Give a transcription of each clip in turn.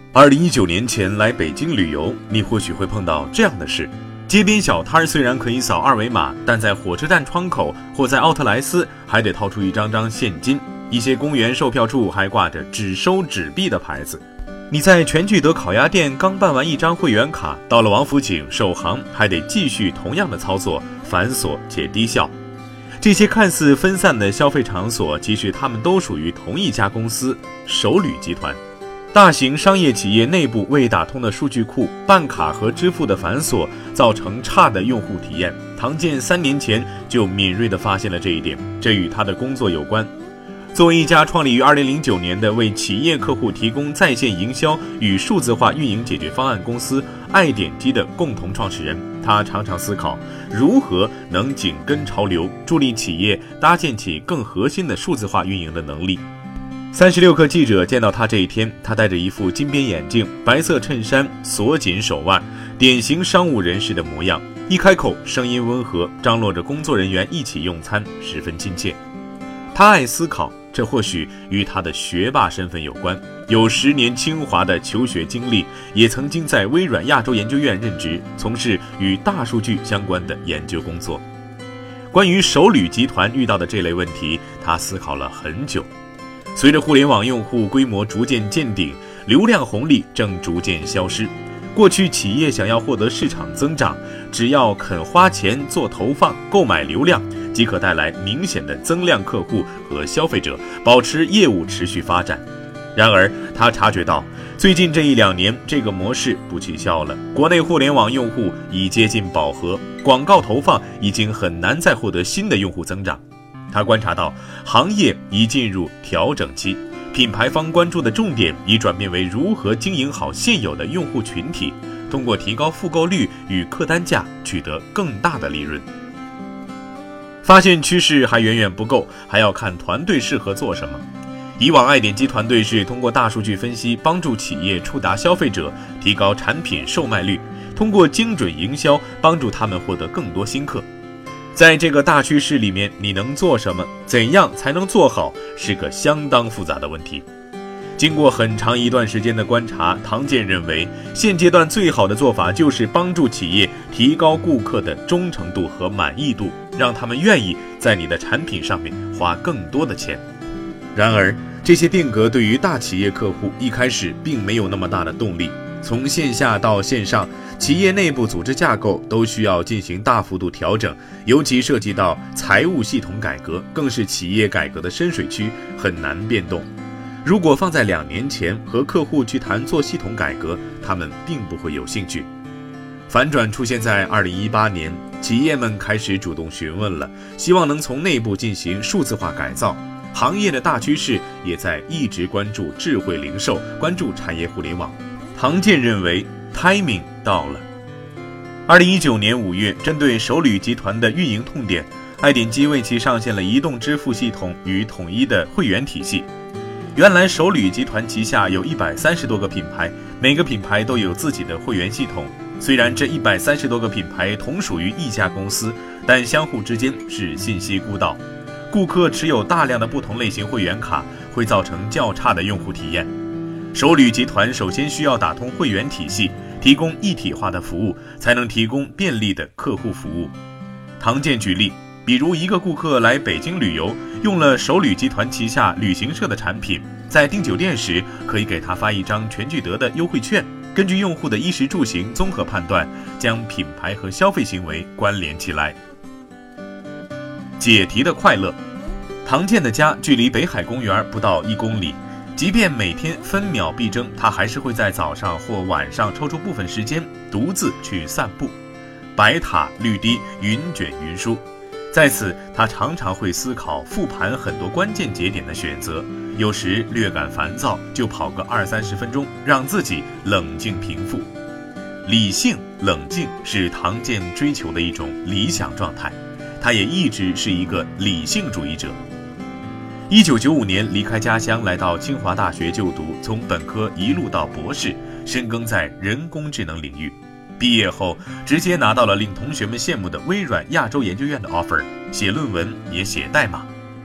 2019年前来北京旅游，你或许会碰到这样的事：街边小摊虽然可以扫二维码，但在火车站窗口或在奥特莱斯还得掏出一张张现金。一些公园售票处还挂着只收纸币的牌子。你在全聚德烤鸭店刚办完一张会员卡，到了王府井首行还得继续同样的操作，繁琐且低效。这些看似分散的消费场所，其实它们都属于同一家公司——首旅集团。大型商业企业内部未打通的数据库、办卡和支付的繁琐，造成差的用户体验。唐建3年前就敏锐地发现了这一点，这与他的工作有关。作为一家创立于2009年的为企业客户提供在线营销与数字化运营解决方案公司爱点击的共同创始人，他常常思考如何能紧跟潮流，助力企业搭建起更核心的数字化运营的能力。36氪记者见到他这一天，他戴着一副金边眼镜，白色衬衫，锁紧手腕，典型商务人士的模样。一开口，声音温和，张罗着工作人员一起用餐，十分亲切。他爱思考，这或许与他的学霸身份有关，有10年清华的求学经历，也曾经在微软亚洲研究院任职，从事与大数据相关的研究工作。关于首旅集团遇到的这类问题，他思考了很久。随着互联网用户规模逐渐见顶，流量红利正逐渐消失。过去企业想要获得市场增长，只要肯花钱做投放、购买流量，即可带来明显的增量客户和消费者，保持业务持续发展。然而，他察觉到，最近这1-2年，这个模式不起效了。国内互联网用户已接近饱和，广告投放已经很难再获得新的用户增长。他观察到，行业已进入调整期，品牌方关注的重点已转变为如何经营好现有的用户群体，通过提高复购率与客单价取得更大的利润。发现趋势还远远不够，还要看团队适合做什么。以往爱点击团队是通过大数据分析帮助企业触达消费者，提高产品售卖率，通过精准营销帮助他们获得更多新客。在这个大趋势里面，你能做什么？怎样才能做好？是个相当复杂的问题。经过很长一段时间的观察，唐建认为，现阶段最好的做法就是帮助企业提高顾客的忠诚度和满意度，让他们愿意在你的产品上面花更多的钱。然而，这些变革对于大企业客户一开始并没有那么大的动力。从线下到线上，企业内部组织架构都需要进行大幅度调整，尤其涉及到财务系统改革，更是企业改革的深水区，很难变动。如果放在2年前和客户去谈做系统改革，他们并不会有兴趣。反转出现在2018年，企业们开始主动询问了，希望能从内部进行数字化改造。行业的大趋势也在一直关注智慧零售，关注产业互联网。唐建认为 timing 到了。2019年5月，针对首旅集团的运营痛点，爱点击为其上线了移动支付系统与统一的会员体系。原来首旅集团旗下有130多个品牌，每个品牌都有自己的会员系统。虽然这130多个品牌同属于一家公司，但相互之间是信息孤岛。顾客持有大量的不同类型会员卡，会造成较差的用户体验。首旅集团首先需要打通会员体系，提供一体化的服务，才能提供便利的客户服务。唐建举例，比如一个顾客来北京旅游，用了首旅集团旗下旅行社的产品，在订酒店时可以给他发一张全聚德的优惠券，根据用户的衣食住行综合判断，将品牌和消费行为关联起来。解题的快乐。唐建的家距离北海公园不到1公里，即便每天分秒必争，他还是会在早上或晚上抽出部分时间独自去散步。白塔绿堤，云卷云舒，在此他常常会思考复盘很多关键节点的选择，有时略感烦躁，就跑个20-30分钟，让自己冷静平复。理性冷静是唐建追求的一种理想状态，他也一直是一个理性主义者。1995年离开家乡来到清华大学就读，从本科一路到博士，深耕在人工智能领域。毕业后直接拿到了令同学们羡慕的微软亚洲研究院的 offer， 写论文也写代码。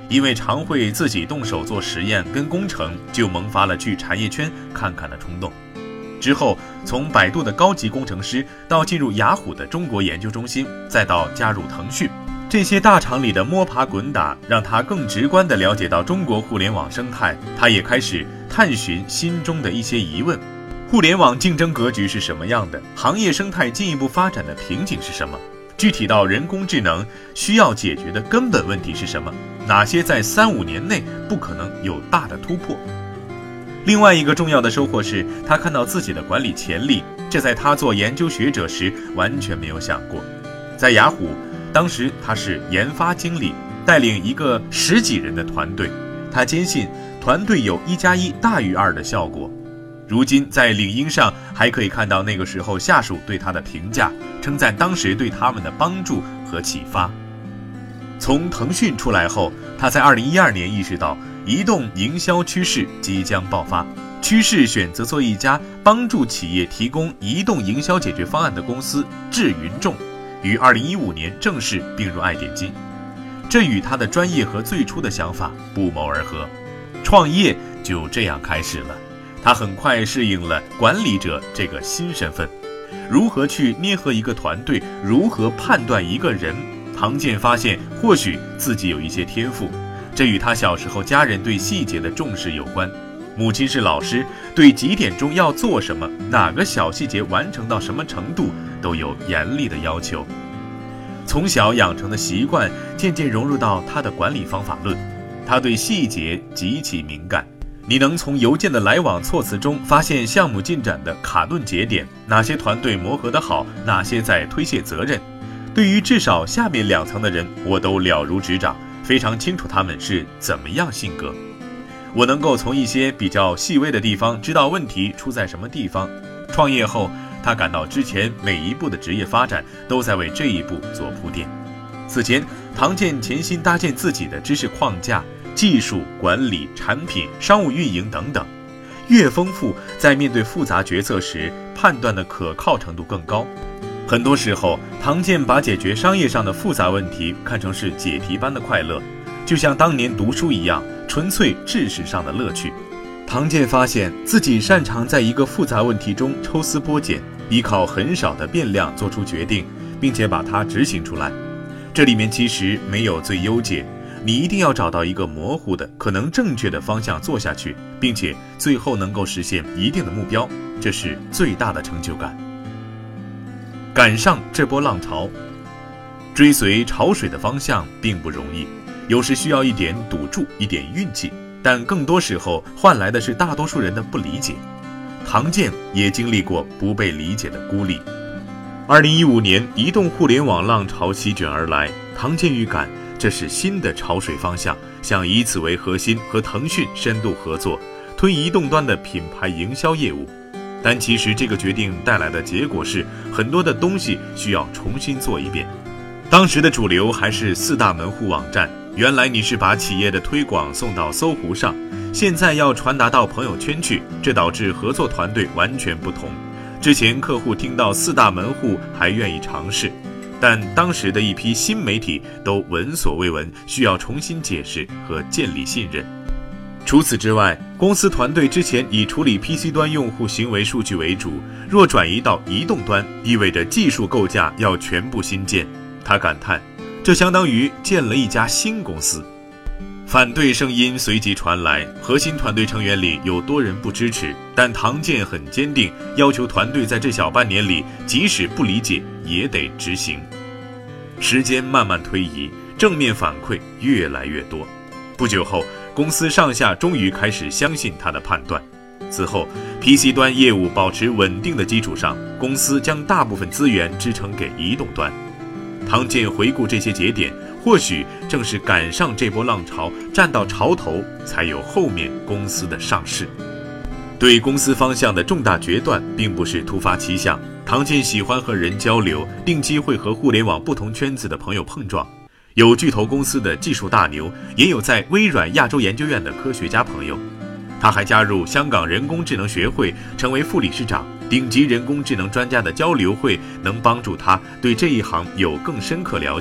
因为常会自己动手做实验跟工程，就萌发了去产业圈看看的冲动。之后从百度的高级工程师到进入雅虎的中国研究中心，再到加入腾讯，这些大厂里的摸爬滚打让他更直观地了解到中国互联网生态。他也开始探寻心中的一些疑问：互联网竞争格局是什么样的？行业生态进一步发展的瓶颈是什么？具体到人工智能需要解决的根本问题是什么？哪些在3-5年内不可能有大的突破？另外一个重要的收获是，他看到自己的管理潜力，这在他做研究学者时完全没有想过。在雅虎，当时他是研发经理，带领一个10几人的团队，他坚信团队有1+1大于2的效果。如今在领英上还可以看到那个时候下属对他的评价，称赞当时对他们的帮助和启发。从腾讯出来后，他在2012年意识到移动营销趋势即将爆发，趋势选择做一家帮助企业提供移动营销解决方案的公司智云众，于2015年正式并入爱点金。这与他的专业和最初的想法不谋而合，创业就这样开始了。他很快适应了管理者这个新身份，如何去捏合一个团队，如何判断一个人，唐建发现或许自己有一些天赋，这与他小时候家人对细节的重视有关。母亲是老师，对几点钟要做什么，哪个小细节完成到什么程度都有严厉的要求。从小养成的习惯渐渐融入到他的管理方法论，他对细节极其敏感。你能从邮件的来往措辞中发现项目进展的卡顿节点，哪些团队磨合得好，哪些在推卸责任。对于至少下面2层的人，我都了如指掌，非常清楚他们是怎么样性格。我能够从一些比较细微的地方知道问题出在什么地方。创业后，他感到之前每一步的职业发展都在为这一步做铺垫。此前，唐建潜心搭建自己的知识框架，技术、管理、产品、商务运营等等，越丰富，在面对复杂决策时，判断的可靠程度更高。很多时候，唐建把解决商业上的复杂问题看成是解题般的快乐，就像当年读书一样，纯粹知识上的乐趣。唐建发现自己擅长在一个复杂问题中抽丝剥茧，依靠很少的变量做出决定，并且把它执行出来。这里面其实没有最优解，你一定要找到一个模糊的可能正确的方向做下去，并且最后能够实现一定的目标，这是最大的成就感。赶上这波浪潮，追随潮水的方向并不容易，有时需要一点赌注，一点运气，但更多时候换来的是大多数人的不理解。唐建也经历过不被理解的孤立。2015年，移动互联网浪潮席卷而来，唐建预感这是新的潮水方向，想以此为核心和腾讯深度合作，推移动端的品牌营销业务。但其实这个决定带来的结果是，很多的东西需要重新做一遍。当时的主流还是4大门户网站，原来你是把企业的推广送到搜狐上，现在要传达到朋友圈去，这导致合作团队完全不同。之前客户听到4大门户还愿意尝试，但当时的一批新媒体都闻所未闻，需要重新解释和建立信任。除此之外，公司团队之前以处理 PC 端用户行为数据为主，若转移到移动端，意味着技术构架要全部新建。他感叹，这相当于建了一家新公司。反对声音随即传来，核心团队成员里有多人不支持，但唐建很坚定，要求团队在这小半年里，即使不理解也得执行。时间慢慢推移，正面反馈越来越多。不久后，公司上下终于开始相信他的判断。此后 PC 端业务保持稳定的基础上，公司将大部分资源支撑给移动端。唐建回顾这些节点，或许正是赶上这波浪潮，站到潮头，才有后面公司的上市。对公司方向的重大决断并不是突发奇想，唐建喜欢和人交流，定期会和互联网不同圈子的朋友碰撞，有巨头公司的技术大牛，也有在微软亚洲研究院的科学家朋友。他还加入香港人工智能学会，成为副理事长。顶级人工智能专家的交流会能帮助他对这一行有更深刻了解，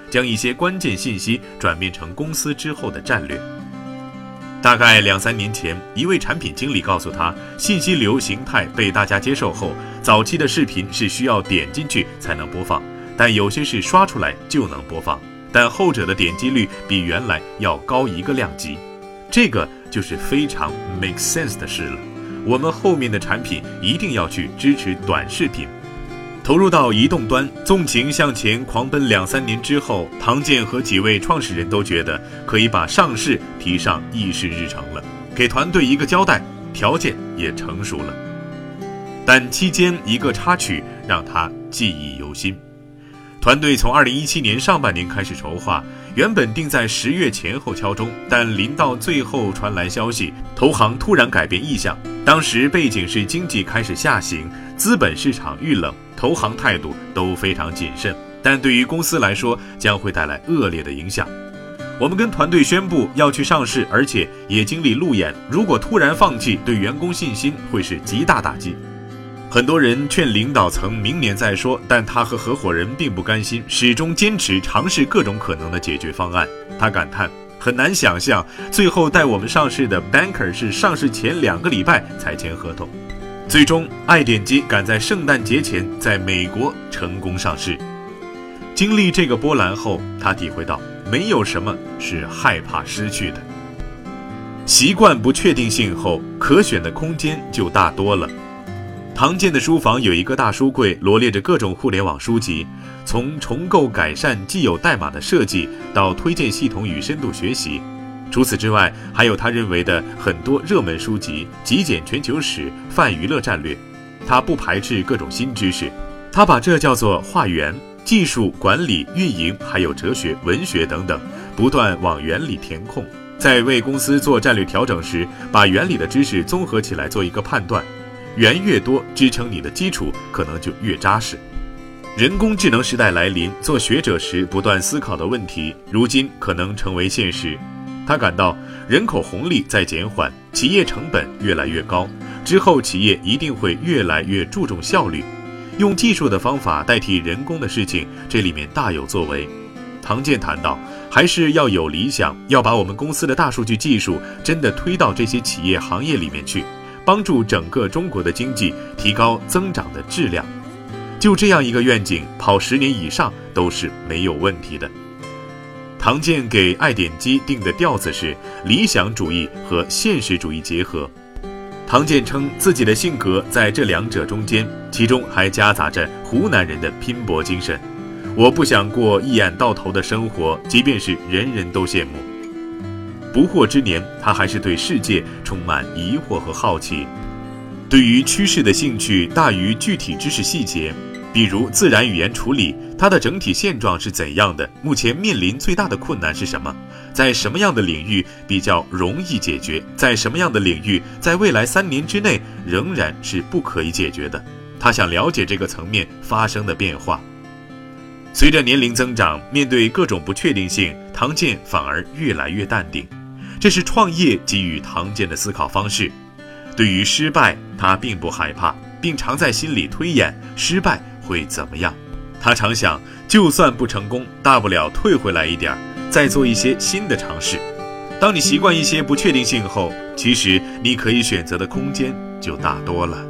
将一些关键信息转变成公司之后的战略。大概2-3年前，一位产品经理告诉他，信息流形态被大家接受后，早期的视频是需要点进去才能播放，但有些是刷出来就能播放，但后者的点击率比原来要高1个量级。这个就是非常 make sense 的事了。我们后面的产品一定要去支持短视频。投入到移动端，纵情向前狂奔2-3年之后，唐建和几位创始人都觉得可以把上市提上议事日程了，给团队一个交代，条件也成熟了。但期间一个插曲让他记忆犹新。团队从2017年上半年开始筹划，原本定在10月前后敲钟，但临到最后传来消息，投行突然改变意向。当时背景是经济开始下行，资本市场遇冷，投行态度都非常谨慎，但对于公司来说将会带来恶劣的影响。我们跟团队宣布要去上市，而且也经历路演，如果突然放弃，对员工信心会是极大打击。很多人劝领导层明年再说，但他和合伙人并不甘心，始终坚持尝试各种可能的解决方案。他感叹，很难想象最后带我们上市的 banker 是上市前2个礼拜才签合同。最终爱点击赶在圣诞节前在美国成功上市。经历这个波澜后，他体会到没有什么是害怕失去的。习惯不确定性后，可选的空间就大多了。唐建的书房有一个大书柜，罗列着各种互联网书籍，从重构改善既有代码的设计到推荐系统与深度学习。除此之外，还有他认为的很多热门书籍，极简全球史、泛娱乐战略。他不排斥各种新知识，他把这叫做化缘，技术、管理、运营，还有哲学、文学等等，不断往原理填空。在为公司做战略调整时，把原理的知识综合起来做一个判断。源越多，支撑你的基础可能就越扎实。人工智能时代来临，做学者时不断思考的问题，如今可能成为现实。他感到人口红利在减缓，企业成本越来越高，之后企业一定会越来越注重效率，用技术的方法代替人工的事情，这里面大有作为。唐建谈到，还是要有理想，要把我们公司的大数据技术真的推到这些企业行业里面去，帮助整个中国的经济提高增长的质量。就这样一个愿景，跑10年以上都是没有问题的。唐建给爱点击定的调子是理想主义和现实主义结合。唐建称自己的性格在这2者中间，其中还夹杂着湖南人的拼搏精神。我不想过一眼到头的生活，即便是人人都羡慕。不惑之年，他还是对世界充满疑惑和好奇，对于趋势的兴趣大于具体知识细节。比如自然语言处理，它的整体现状是怎样的？目前面临最大的困难是什么？在什么样的领域比较容易解决？在什么样的领域，在未来3年之内仍然是不可以解决的？他想了解这个层面发生的变化。随着年龄增长，面对各种不确定性，唐建反而越来越淡定。这是创业给予唐建的思考方式。对于失败，他并不害怕，并常在心里推演失败会怎么样。他常想，就算不成功，大不了退回来一点，再做一些新的尝试。当你习惯一些不确定性后，其实你可以选择的空间就大多了。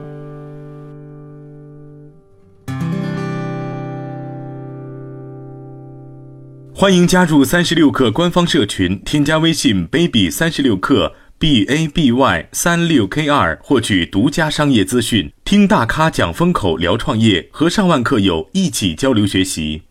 欢迎加入36课官方社群，添加微信 baby36课 BABY36KR 获取独家商业资讯，听大咖讲风口聊创业，和上万课友一起交流学习。